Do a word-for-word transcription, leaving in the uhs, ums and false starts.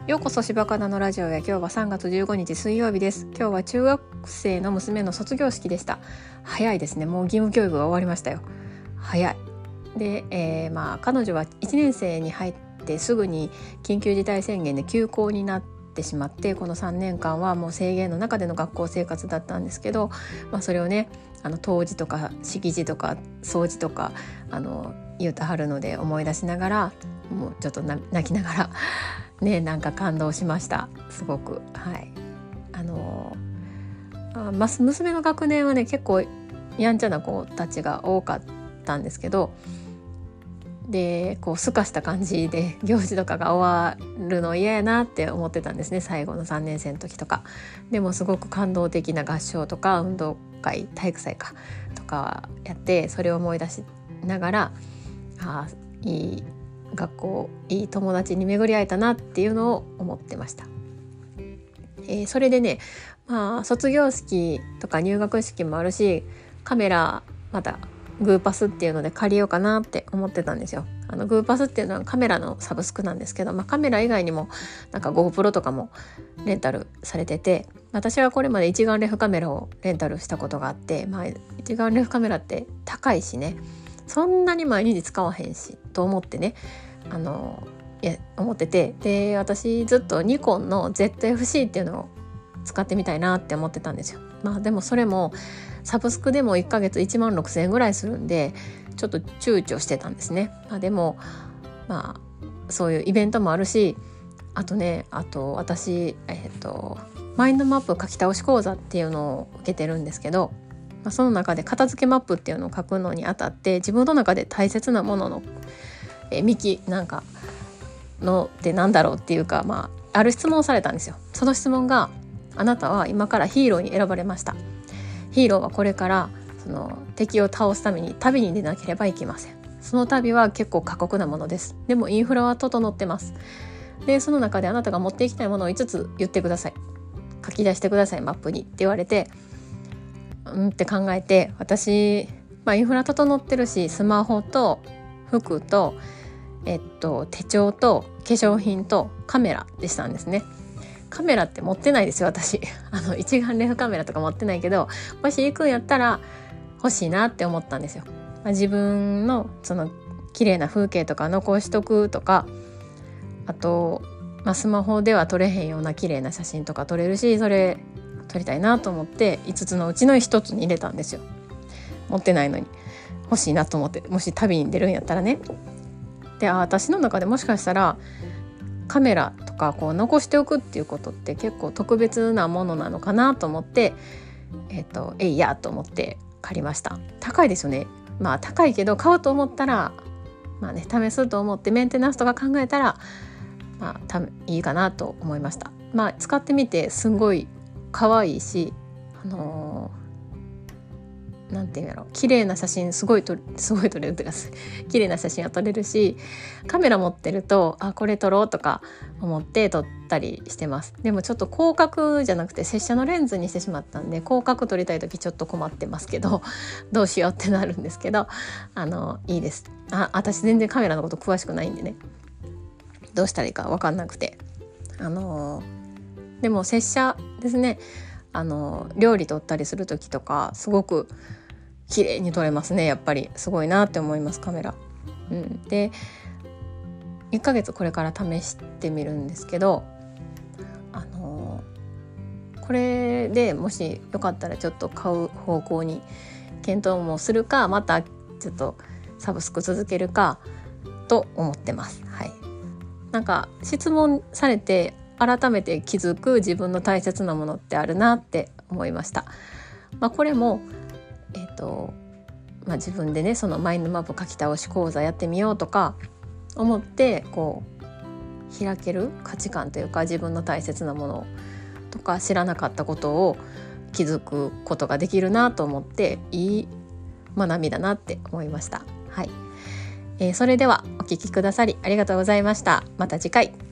ようこそ柴かなのラジオへ。今日はさんがつじゅうごにち水曜日です。今日は中学生の娘の卒業式でした。早いですね。もう義務教育が終わりましたよ。早いで、えー、まあ彼女はいちねん生に入ってすぐに緊急事態宣言で休校になってしまって、このさんねんかんはもう制限の中での学校生活だったんですけど、まあ、それをね、あの冬至とか式辞とか掃除とかあの言うたはるので思い出しながら、もうちょっと泣きながらね、なんか感動しました。すごく。はい。あのあ、ま、娘の学年はね、結構やんちゃな子たちが多かったんですけど、でこうすかした感じで行事とかが終わるの嫌やなって思ってたんですね、最後のさんねん生の時とか。でもすごく感動的な合唱とか運動会、体育祭かとかやって、それを思い出しながら、あいい学校、いい友達に巡り会えたなっていうのを思ってました。えー、それでね、まあ、卒業式とか入学式もあるし、カメラまたグーパスっていうので借りようかなって思ってたんですよ。あのグーパスっていうのはカメラのサブスクなんですけど、まあ、カメラ以外にもなんか GoPro とかもレンタルされてて、私はこれまで一眼レフカメラをレンタルしたことがあって、まあ、一眼レフカメラって高いしね、そんなに毎日使わへんしと思ってね、あのいや思ってて、で私ずっとニコンの ゼットエフシー っていうのを使ってみたいなって思ってたんですよ。まあでもそれもサブスクでもいっかげついちまんろくせんえんぐらいするんで、ちょっと躊躇してたんですね。まあ、でもまあそういうイベントもあるし、あとね、あと私、えっとマインドマップ書き倒し講座っていうのを受けてるんですけど、まあ、その中で片付けマップっていうのを書くのにあたって、自分の中で大切なもののえ幹なんかのってなんだろうっていうか、まあ、ある質問をされたんですよ。その質問が、あなたは今からヒーローに選ばれました。ヒーローはこれからその敵を倒すために旅に出なければいけません。その旅は結構過酷なものです。でもインフラは整ってます。でその中であなたが持っていきたいものをいつつ言ってください、書き出してくださいマップにって言われて、うんって考えて、私、まあ、インフラ整ってるし、スマホと服と、えっと、手帳と化粧品とカメラでしたんですね。カメラって持ってないですよ私。あの一眼レフカメラとか持ってないけど、もし行くんやったら欲しいなって思ったんですよ。まあ、自分のその綺麗な風景とか残しとくとか、あと、まあ、スマホでは撮れへんような綺麗な写真とか撮れるし、それ撮りたいなと思っていつつのうちのひとつに入れたんですよ。持ってないのに欲しいなと思って、もし旅に出るんやったらね。で、あ、私の中でもしかしたらカメラとかこう残しておくっていうことって結構特別なものなのかなと思って、えっと、えいやと思って借りました。高いですよね。まあ高いけど、買うと思ったら、まあね、試すと思ってメンテナンスとか考えたら、まあたいいかなと思いました。まあ使ってみてすごい可愛いし、あのーなんていうんやろ、綺麗な写真すごいとすごい撮れるっていうか、綺麗な写真は撮れるし、カメラ持ってると、あ、これ撮ろうとか思って撮ったりしてます。でもちょっと広角じゃなくて拙者のレンズにしてしまったんで、広角撮りたい時ちょっと困ってますけど、どうしようってなるんですけど、あのいいです。あ、私全然カメラのこと詳しくないんでね、どうしたらいいか分かんなくて、あのでも拙者ですね、あの料理撮ったりする時とかすごく綺麗に撮れますね。やっぱりすごいなって思います、カメラ。うん、でいっかげつこれから試してみるんですけど、あのこれでもしよかったらちょっと買う方向に検討もするか、またちょっとサブスク続けるかと思ってます。はい。なんか質問されて改めて気づく自分の大切なものってあるなって思いました。まあ、これも、えーとまあ、自分でね、そのマインドマップ書き倒し講座やってみようとか思ってこう開ける価値観というか、自分の大切なものとか知らなかったことを気づくことができるなと思って、いい学びだなって思いました。はい。えー、それではお聞きくださりありがとうございました。また次回。